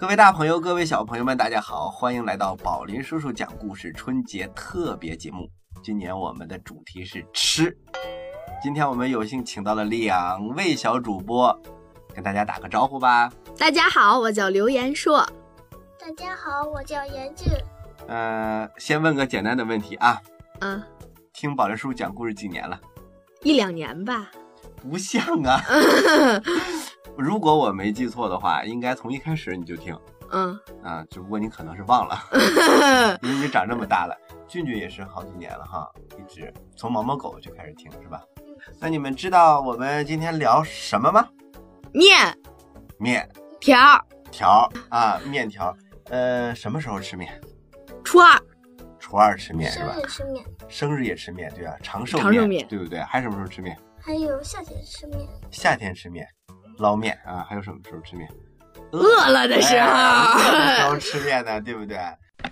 各位大朋友，各位小朋友们，大家好，欢迎来到宝林叔叔讲故事春节特别节目。今年我们的主题是吃。今天我们有幸请到了2位小主播，跟大家打个招呼吧。 大家好，我叫刘延硕。 大家好，我叫严俊。 先问个简单的问题啊。听宝林叔叔讲故事几年了 ？1-2年吧。 不像啊。如果我没记错的话，应该从一开始你就听。只不过你可能是忘了，因为你长这么大了。俊俊也是好几年了哈，一直从毛毛狗就开始听，是吧？那你们知道我们今天聊什么吗？面条啊，面条。什么时候吃面？ 初二吃面是吧？ 生日吃面， 生日也吃面，对啊，长寿面，对不对？还什么时候吃面？ 还有夏天吃面。 夏天吃面，捞面啊，还有什么时候吃面？ 饿了的时候， 饿的时候吃面呢，对不对？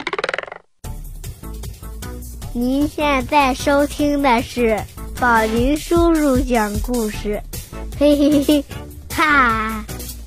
您现在收听的是宝林叔叔讲故事，嘿嘿嘿哈。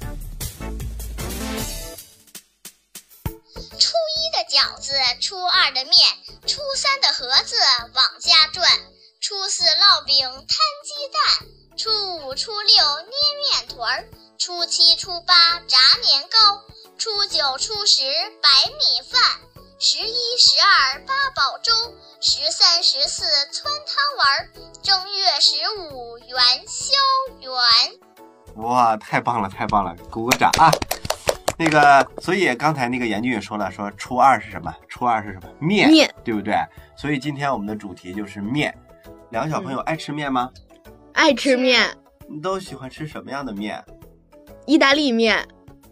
初一的饺子，初二的面，初三的盒子往家转，初四烙饼摊鸡蛋，初5、初6捏面团儿，初7、初8炸年糕，初9、初10白米饭，11、12八宝粥，13、14汆汤丸，正月15元宵圆。 哇，太棒了，太棒了，鼓个掌啊！所以刚才那个严俊也说了，说初二是什么？初二是什么？面，对不对？所以今天我们的主题就是面。2个小朋友爱吃面吗？ 爱吃面。 你都喜欢吃什么样的面？ 意大利面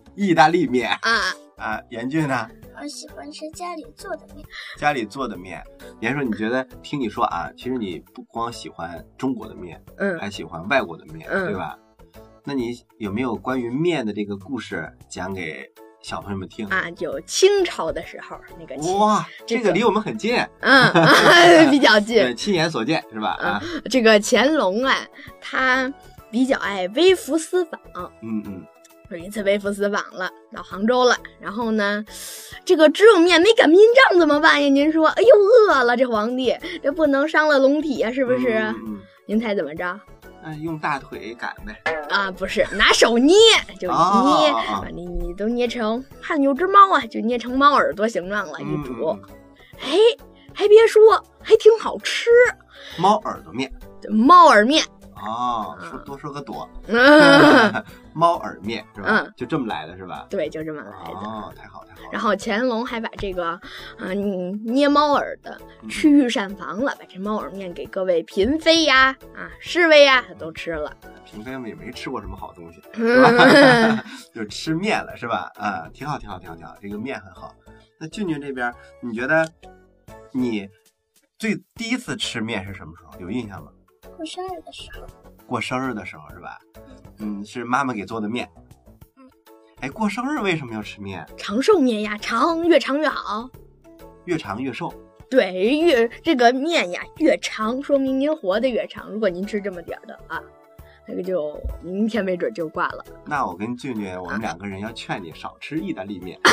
啊，严俊呢？ 我喜欢吃家里做的面。 家里做的面。严叔，你觉得听你说啊，其实你不光喜欢中国的面，还喜欢外国的面，对吧？那你有没有关于面的这个故事讲给小朋友们听啊？就清朝的时候那个哇，这个离我们很近， 比较近， 对，亲眼所见是吧？ 这个乾隆啊，他比较爱微服私访，有一次微服私访了，到杭州了，然后呢，这个只有面没擀面杖怎么办呀？您说，哎呦，饿了，这皇帝这不能伤了龙体啊，是不是？您猜怎么着？ 用大腿擀呗。 不是，拿手捏，就捏，把你都捏成，看有只猫啊，就捏成猫耳朵形状了，一煮，还别说，还挺好吃。 猫耳朵面， 猫耳面。 多说个朵。猫耳面是吧？就这么来的是吧？ 对，就这么来的。 太好。 然后乾隆还把这个捏猫耳的去御膳房了，把这猫耳面给各位嫔妃呀、侍卫呀都吃了。 嫔妃们也没吃过什么好东西，是吧？就吃面了是吧？挺好，这个面很好。那俊俊这边，你觉得你第一次吃面是什么时候？有印象吗？ 过生日的时候。 过生日的时候是吧？是妈妈给做的面。过生日为什么要吃面？ 长寿面呀，越长越好， 越长越寿。 对，这个面呀越长，说明您活得越长。如果您吃这么点的那个就明天没准就挂了。那我跟俊俊，我们2个人要劝你少吃意大利面，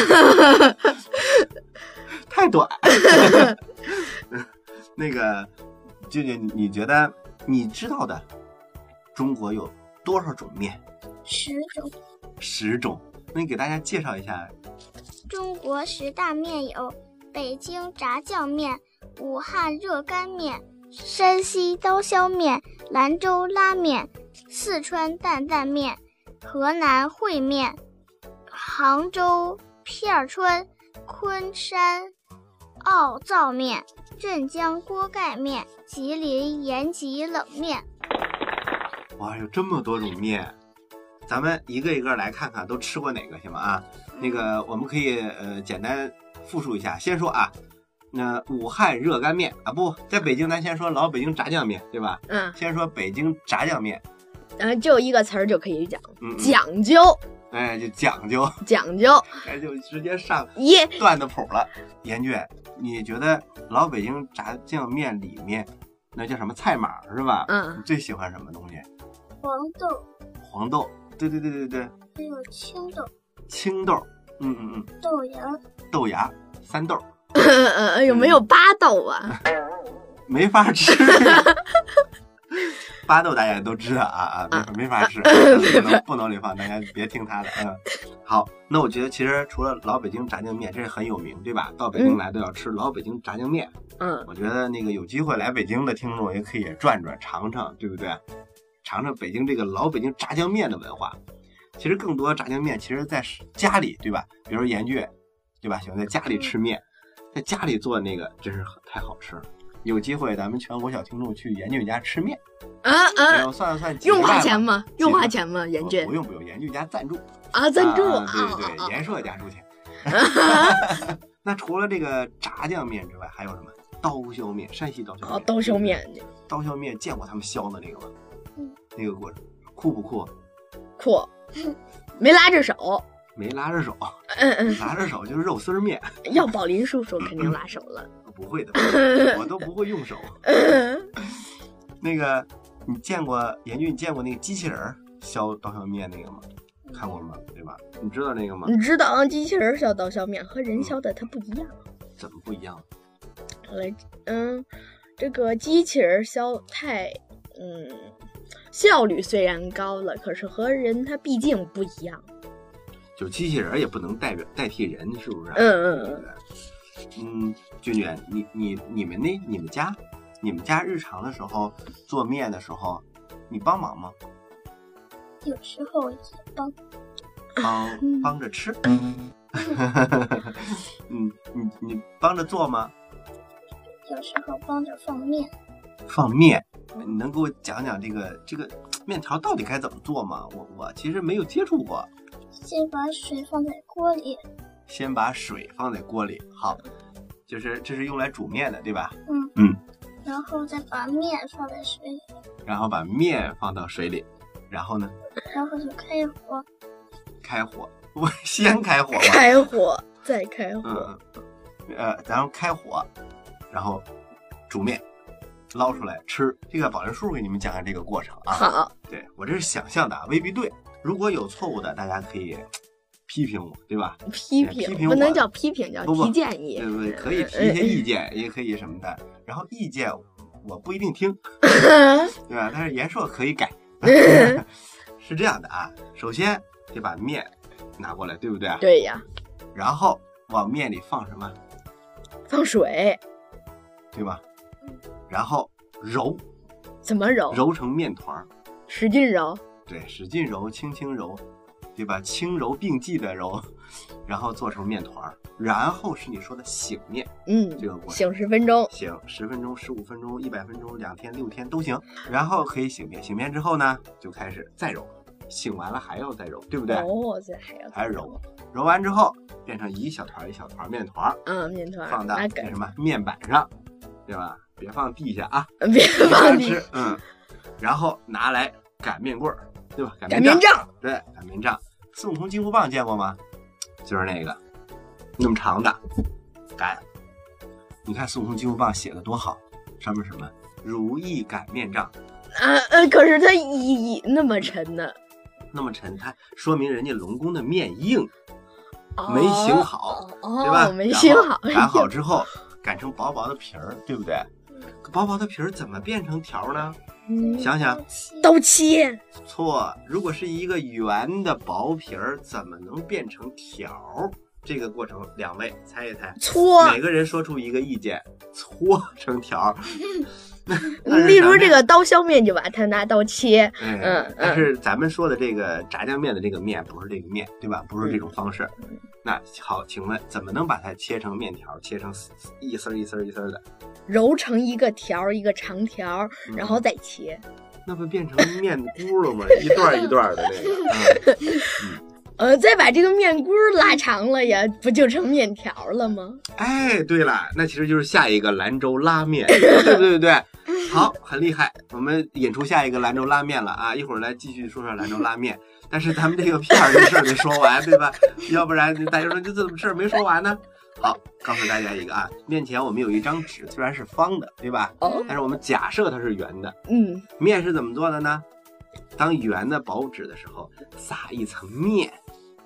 太短。俊俊，你觉得你知道的中国有多少种面？10种。那你给大家介绍一下。 中国10大面有北京炸酱面、武汉热干面、山西刀削面、兰州拉面、四川担担面、河南烩面、杭州片川、昆山奥灶面、镇江锅盖面、吉林延吉冷面。 哇，有这么多种面，咱们一个一个来看看都吃过哪个行吗？我们可以简单复述一下。先说那武汉热干面在北京咱先说老北京炸酱面，对吧？先说北京炸酱面。 就一个词儿就可以讲，讲究。 就讲究，就直接上段子谱了。严俊，你觉得老北京炸酱面里面那叫什么菜码是吧？你最喜欢什么东西？ 黄豆。 对。 还有青豆。 豆芽。 豆芽，3豆。 有没有8豆啊？ 没法吃。8豆大家都知道啊，没法吃，不能里放，大家别听他的。好，那我觉得其实除了老北京炸酱面，这是很有名，对吧？到北京来都要吃老北京炸酱面。我觉得那个有机会来北京的听众也可以转转尝尝，对不对？尝尝北京这个老北京炸酱面的文化。其实更多炸酱面，其实在家里，对吧？比如说严俊，对吧？喜欢在家里吃面，在家里做那个真是太好吃了。有机会咱们全国小听众去严俊家吃面。算了算， 用花钱吗？用花钱吗？严俊不用，严俊家赞助赞助对，严硕家出钱。那除了这个炸酱面之外，还有什么？刀削面，山西刀削面。 刀削面， 刀削面见过他们削的那个吗？那个过程酷不酷？ 酷，没拉着手。 没拉着手，拉着手就是肉丝面。 要宝林叔叔肯定拉手了。 不会的，我都不会用手。那个，你见过严俊？你见过那个机器人削刀削面那个吗？看过吗？对吧？你知道那个吗？ 你知道机器人削刀削面和人削的它不一样。 怎么不一样？ 这个机器人削太效率虽然高了，可是和人它毕竟不一样。 就机器人也不能代替人，是不是？俊俊，你们家日常的时候做面的时候，你帮忙吗？ 有时候也帮着吃。你帮着做吗？ 有时候帮着放面。 放面，你能给我讲讲这个面条到底该怎么做吗？我其实没有接触过。 先把水放在锅里。好，就是这是用来煮面的，对吧？ 然后再把面放在水里。 然后呢？ 然后就开火。 我先开火吧。 开火，再开火。 然后开火，然后煮面，捞出来吃。这个宝林叔给你们讲讲这个过程啊。 好。 对，我这是想象的，未必对。如果有错误的，大家可以批评我，对吧？ 批评不能叫批评，叫提建议。 对，可以提一些意见，也可以什么的。然后意见我不一定听，对吧？但是严硕可以改。是这样的啊，首先得把面拿过来，对不对？ 对呀。 然后往面里放什么？ 放水， 对吧？然后揉。 怎么揉？ 揉成面团， 使劲揉。 对，使劲揉，轻轻揉，对吧？轻柔并济的揉，然后做成面团，然后是你说的醒面，这个过程醒10分钟， 醒10分钟、15分钟、100分钟、2天、6天都行。然后可以醒面，醒面之后呢，就开始再揉，醒完了还要再揉，对不对？还要揉，揉完之后变成一小团一小团面团， 面团放到什么面板上，对吧？别放地下啊， 别放地下。然后拿来擀面棍儿。对吧？擀面杖， 对，擀面杖。孙悟空金箍棒见过吗？就是那个，那么长的擀。你看孙悟空金箍棒写的多好，上面什么如意擀面杖可是它那么沉呢？ 那么沉，它说明人家龙宫的面硬，没醒好，对吧？ 没醒好， 擀好之后擀成薄薄的皮儿，对不对？薄薄的皮儿怎么变成条呢？想想， 刀切。 错，如果是一个圆的薄皮儿，怎么能变成条？这个过程2位猜一猜， 搓。 每个人说出一个意见，搓成条。 例如这个刀削面就把它拿刀切。 但是咱们说的这个炸酱面的这个面不是这个面，对吧？不是这种方式。那好，请问怎么能把它切成面条，切成一丝一丝一丝的？ 揉成一个条，一个长条，然后再切。 那不变成面箍了吗？一段一段的那个。 再把这个面箍拉长了呀，不就成面条了吗？ 哎，对了，那其实就是下一个兰州拉面，对不对？好，很厉害，我们引出下一个兰州拉面了啊！一会儿来继续说说兰州拉面，但是咱们这个片儿这事儿得说完，对吧？要不然大家说这怎么事儿没说完呢？好，告诉大家一个啊，面前我们有一张纸，虽然是方的，对吧？但是我们假设它是圆的。面是怎么做的呢？当圆的薄纸的时候，撒一层面，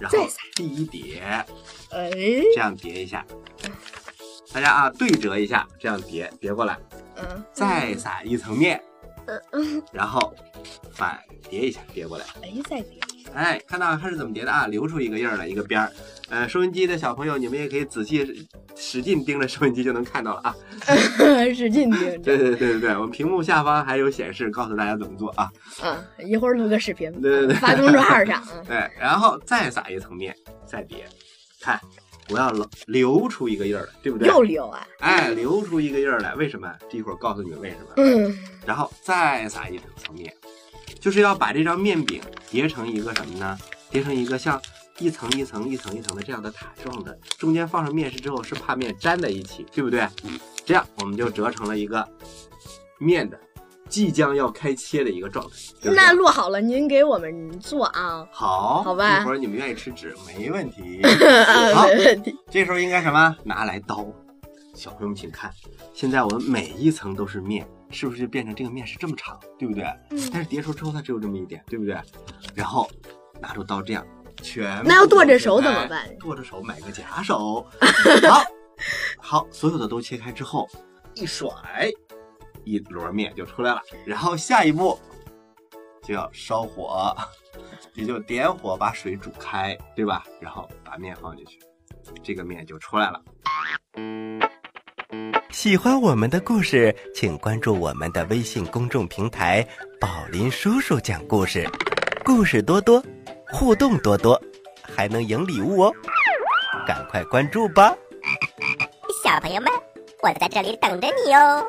然后第一叠，这样叠一下，大家啊对折一下，这样叠过来，再撒一层面，然后反叠一下，叠过来， 再叠。 看到它是怎么叠的啊？留出一个印儿来，一个边儿。收音机的小朋友，你们也可以仔细使劲盯着收音机就能看到了啊。 使劲盯着。 对，我们屏幕下方还有显示，告诉大家怎么做啊。 一会儿录个视频， 对， 发公众号上。 对，然后再撒一层面，再叠。看，我要留出一个印儿来，对不对？ 又留啊？ 留出一个印儿来，为什么？这一会儿告诉你们为什么。然后再撒一层面。就是要把这张面饼叠成一个什么呢？叠成一个像一层一层的这样的塔状的，中间放上面食之后是怕面粘在一起，对不对？这样我们就折成了一个面的即将要开切的一个状态。 那录好了，您给我们做啊。 好吧， 一会儿你们愿意吃纸没问题。 好，没问题。 这时候应该什么？拿来刀。小朋友们请看，现在我们每一层都是面，是不是变成这个面是这么长，对不对？但是叠出之后它只有这么一点，对不对？然后拿出刀这样全部。 那要剁着手怎么办？ 剁着手买个假手。好，所有的都切开之后，一甩，一摞面就出来了。然后下一步就要烧火，也就点火把水煮开，对吧？然后把面放进去，这个面就出来了。 喜欢我们的故事，请关注我们的微信公众平台宝林叔叔讲故事，故事多多，互动多多，还能赢礼物哦，赶快关注吧。 小朋友们，我在这里等着你哦。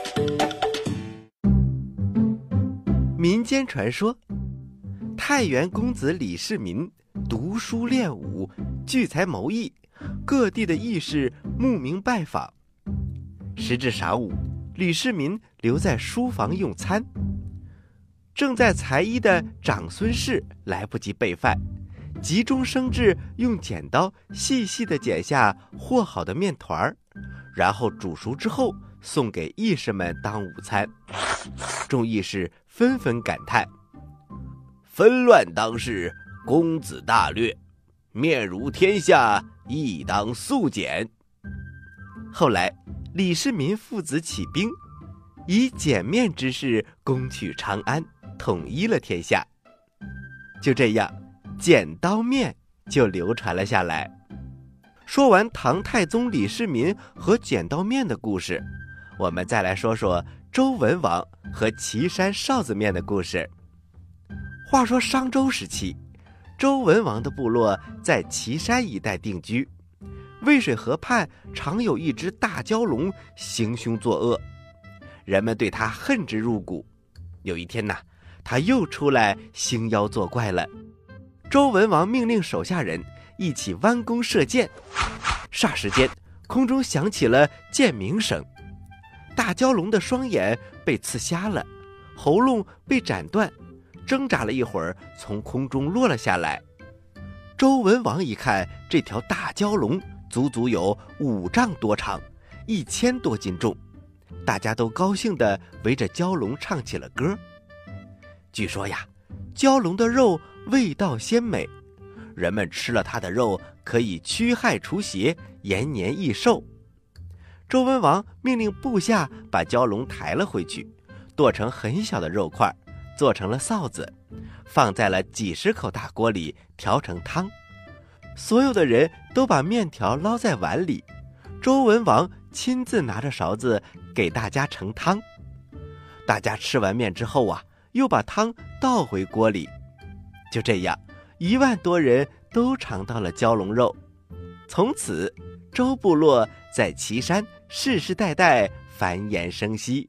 民间传说，太原公子李世民读书练武，聚财谋义，各地的义士慕名拜访。时至晌午，李世民留在书房用餐，正在裁衣的长孙氏来不及备饭，急中生智，用剪刀细细地剪下和好的面团，然后煮熟之后送给义士们当午餐。众义士纷纷感叹：纷乱当世，公子大略，面如天下，亦当速剪。后来李世民父子起兵，以剪面之势攻取长安，统一了天下。就这样，剪刀面就流传了下来。说完唐太宗李世民和剪刀面的故事，我们再来说说周文王和岐山臊子面的故事。话说商周时期，周文王的部落在岐山一带定居，渭水河畔常有一只大蛟龙行凶作恶，人们对它恨之入骨。有一天它又出来兴妖作怪了。周文王命令手下人一起弯弓射箭，霎时间空中响起了箭鸣声，大蛟龙的双眼被刺瞎了，喉咙被斩断，挣扎了一会儿，从空中落了下来。周文王一看，这条大蛟龙足足有5丈多长，1000多斤重，大家都高兴地围着蛟龙唱起了歌。据说蛟龙的肉味道鲜美，人们吃了它的肉可以驱害除邪，延年益寿。周文王命令部下把蛟龙抬了回去，剁成很小的肉块，做成了臊子，放在了几十口大锅里调成汤。所有的人都把面条捞在碗里，周文王亲自拿着勺子给大家盛汤。大家吃完面之后又把汤倒回锅里。就这样，1万多人都尝到了蛟龙肉。从此，周部落在岐山世世代代繁衍生息。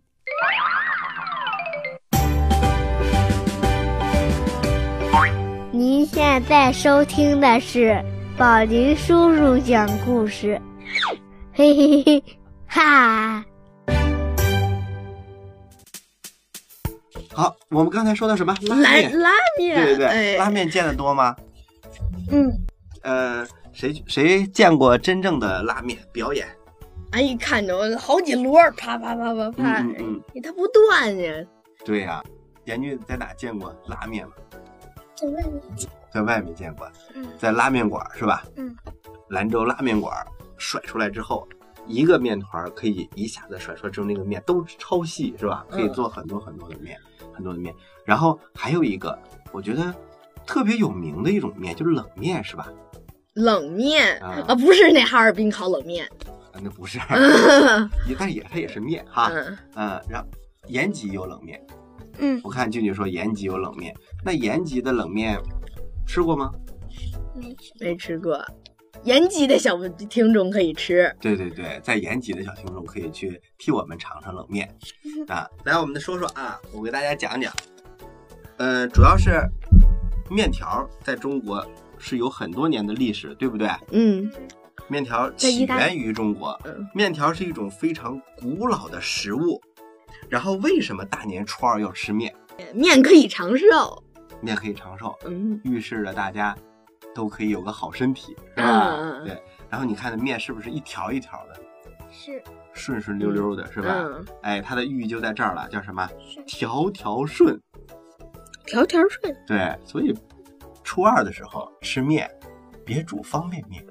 您现在收听的是宝林叔叔讲故事，嘿嘿嘿，哈！ 好，我们刚才说的什么？拉面。对对对，拉面见得多吗？谁见过真正的拉面表演？ 一看着好几摞，啪啪啪啪啪，它不断呀。 对呀，严俊在哪见过拉面吗？ 在外面。 在外面见过。 在拉面馆是吧？兰州拉面馆甩出来之后，一个面团可以一下子甩出来之后，那个面都超细是吧？可以做很多很多的面，很多的面。然后还有一个我觉得特别有名的一种面，就是冷面是吧？ 冷面啊，不是那哈尔滨烤冷面， 那不是，但它也是面哈。然后延吉有冷面，我看俊俊说延吉有冷面，那延吉的冷面吃过吗？ 没吃过。延吉的小听众可以吃， 对，在延吉的小听众可以去替我们尝尝冷面啊。来，我们说说啊，我给大家讲讲，主要是面条在中国是有很多年的历史，对不对？面条起源于中国，面条是一种非常古老的食物。然后为什么大年初二要吃面？ 面可以长寿， 面可以长寿，预示着大家都可以有个好身体，是吧？对。然后你看的面是不是一条一条的？ 是顺顺溜溜的，是吧？哎，它的寓意就在这儿了，叫什么？条条顺。 条条顺。 对，所以初二的时候吃面，别煮方便面。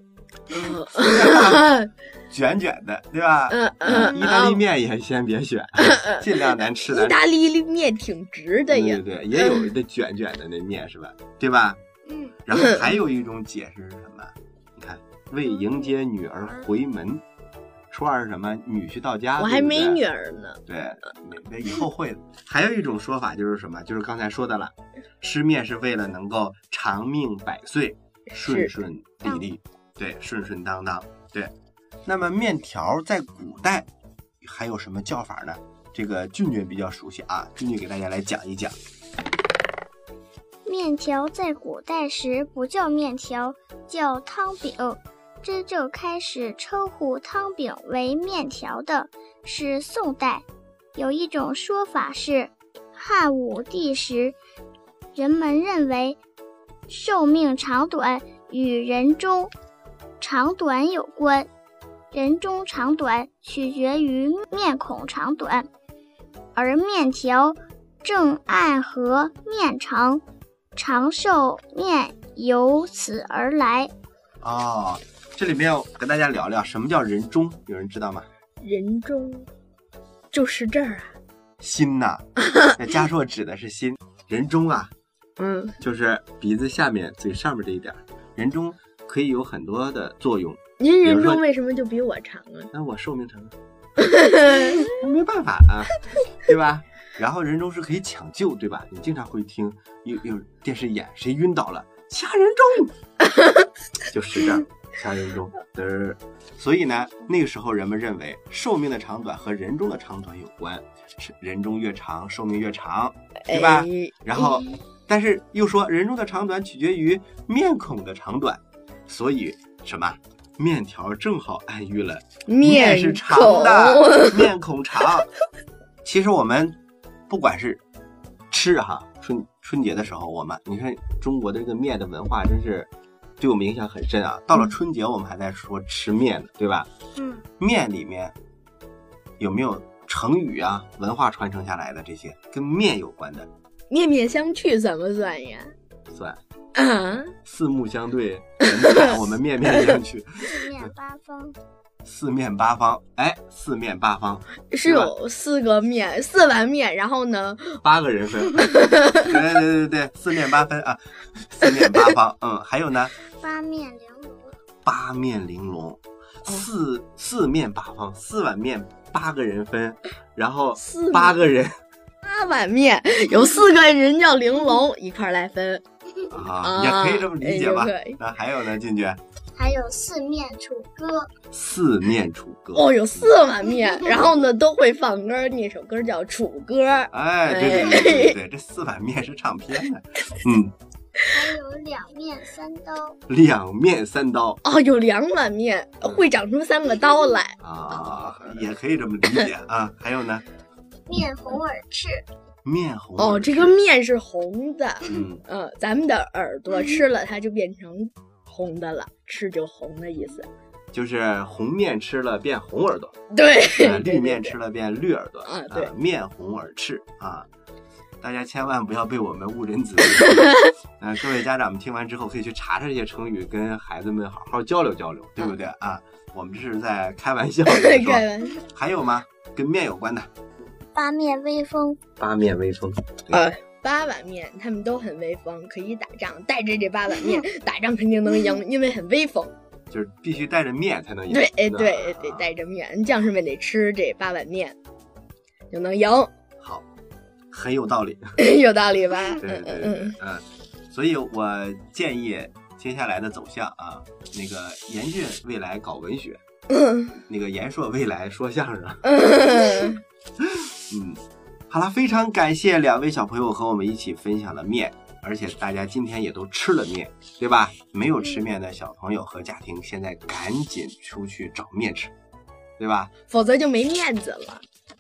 卷卷的，对吧？意大利面也先别选，尽量咱吃的。 意大利面挺直的呀。 对，也有的卷卷的那面是吧？对吧？然后还有一种解释是什么？你看，为迎接女儿回门，初二是什么？女婿到家。 我还没女儿呢。 对，以后会的。还有一种说法就是什么？就是刚才说的了，吃面是为了能够长命百岁，顺顺利利。对，顺顺当当。对，那么面条在古代还有什么叫法呢？这个俊俊比较熟悉啊，俊俊给大家来讲一讲。 面条在古代时不叫面条，叫汤饼。真正开始称呼汤饼为面条的是宋代。有一种说法是，汉武帝时，人们认为寿命长短与人中长短有关，人中长短取决于面孔长短，而面条正按和面长，长寿面由此而来。 这里面我跟大家聊聊什么叫人中，有人知道吗？ 人中就是这儿啊， 心呐。嘉硕指的是心，人中啊，就是鼻子下面嘴上面这一点，人中可以有很多的作用。 您人中为什么就比我长啊？ 那我寿命长，没办法啊，对吧？然后人中是可以抢救，对吧？你经常会听有电视演谁晕倒了，掐人中，就使这儿掐人中。所以呢，那个时候人们认为寿命的长短和人中的长短有关，是人中越长，寿命越长，对吧？然后，但是又说人中的长短取决于面孔的长短，所以什么？面条正好暗喻了面是长的，面孔长。其实我们不管是吃哈，春节的时候，你看中国的这个面的文化真是对我们影响很深啊。到了春节，我们还在说吃面呢，对吧？面里面有没有成语啊？文化传承下来的这些跟面有关的？ 面面相觑算不算呀？ 算。四目相对，我们面面相觑。 四面八方。 四面八方，哎，四面八方是有4个面，4碗面，然后呢 ，8个人分。对，四面八分啊，四面八方。还有呢， 八面玲珑。 八面玲珑，四面八方，4碗面，8个人分，然后8个人 ，8碗面有4个人叫玲珑一块来分。 也可以这么理解吧。那还有呢，俊俊？ 还有四面楚歌。 四面楚歌。 有4碗面，然后呢都会放歌，那首歌叫楚歌。 哎，对，这4碗面是唱片的。 还有两面三刀。 两面三刀。 有2碗面会长出3个刀来也可以这么理解啊。还有呢？ 面红耳赤。 面红这个面是红的，咱们的耳朵吃了它就变成红的了，赤就红的意思， 就是红面吃了变红耳朵， 对， 绿面吃了变绿耳朵， 对， 面红耳赤啊。 大家千万不要被我们误人子弟。各位家长们听完之后可以去查查这些成语，跟孩子们好好交流交流，对不对啊？我们这是在开玩笑的说。还有吗？跟面有关的？ 八面威风。 八面威风。 八碗面他们都很威风，可以打仗，带着这八碗面打仗肯定能赢，因为很威风。 就是必须带着面才能赢。 对，对，得带着面，将士们得吃这八碗面就能赢。 好，很有道理。 有道理吧？ 对，所以我建议接下来的走向啊，那个严俊未来搞文学，那个严硕未来说相声。好了，非常感谢2位小朋友和我们一起分享了面，而且大家今天也都吃了面，对吧？没有吃面的小朋友和家庭，现在赶紧出去找面吃，对吧？ 否则就没面子了。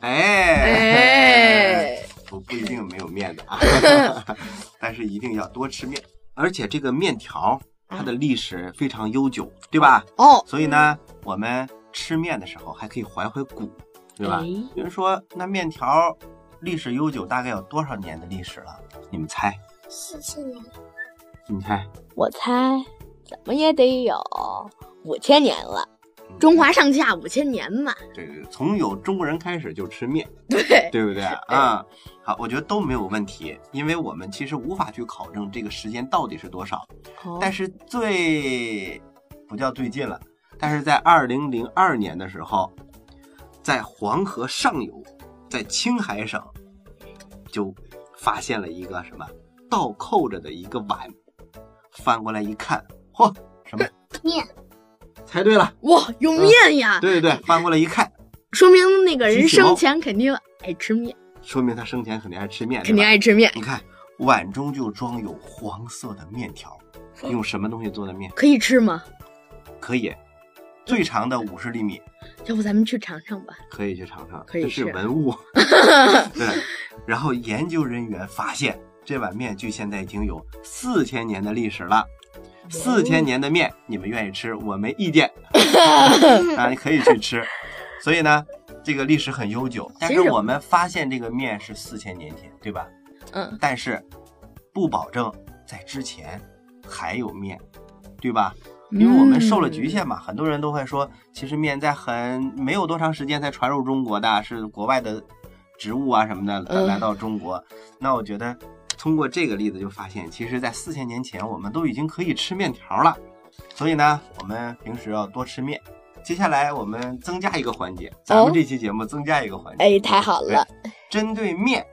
不一定没有面子啊，但是一定要多吃面。而且这个面条它的历史非常悠久，对吧？所以呢，我们吃面的时候还可以怀怀古，对吧？有人说那面条历史悠久，大概有多少年的历史了？你们猜 ？4000年。 你猜？ 我猜怎么也得有5000年了。中华上下5000年嘛。 对，从有中国人开始就吃面， 对不对啊？好，我觉得都没有问题，因为我们其实无法去考证这个时间到底是多少。但是不叫最近了，但是在2002年的时候，在黄河上游，在青海省就发现了一个什么倒扣着的一个碗，翻过来一看，嚯，什么面？ 猜对了， 哇，有面呀！ 对，翻过来一看， 说明那个人生前肯定爱吃面， 说明他生前肯定爱吃面， 肯定爱吃面。 你看，碗中就装有黄色的面条，用什么东西做的面？ 可以吃吗？ 可以，最长的50厘米。 要不咱们去尝尝吧？ 可以去尝尝， 可以， 这是文物。对，然后研究人员发现，这碗面距现在已经有4000年的历史了。4000年的面，你们愿意吃，我没意见啊，你可以去吃。所以呢，这个历史很悠久，但是我们发现这个面是4000年前，对吧？但是不保证在之前还有面，对吧？因为我们受了局限嘛，很多人都会说，其实面在没有多长时间才传入中国的，是国外的植物啊什么的来到中国。那我觉得通过这个例子就发现，其实在4000年前我们都已经可以吃面条了。所以呢，我们平时要多吃面。接下来我们增加一个环节，咱们这期节目增加一个环节。 太好了！ 针对面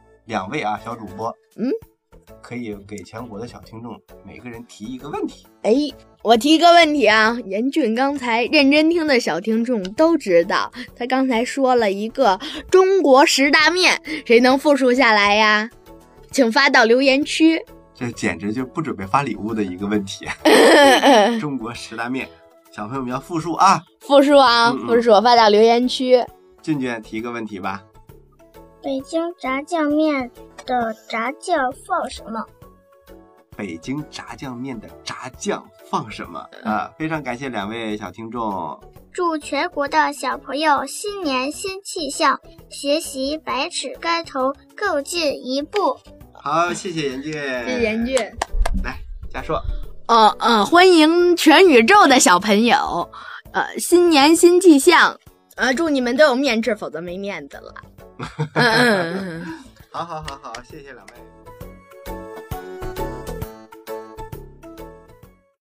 ，2位啊小主播，可以给全国的小听众每个人提一个问题。 我提一个问题啊，严俊刚才认真听的小听众都知道，他刚才说了一个中国10大面，谁能复述下来呀？请发到留言区。 这简直就不准备发礼物的一个问题。中国10大面，小朋友们要复述啊！ 复述啊！复述，发到留言区。 俊俊提一个问题吧。 北京炸酱面的炸酱放什么？ 北京炸酱面的炸酱放什么啊？非常感谢2位小听众。 祝全国的小朋友新年新气象，学习百尺竿头更进一步。 好，谢谢严俊， 谢谢严俊。 来，嘉硕。 欢迎全宇宙的小朋友，新年新气象，祝你们都有面吃，否则没面子了。 好，谢谢2位。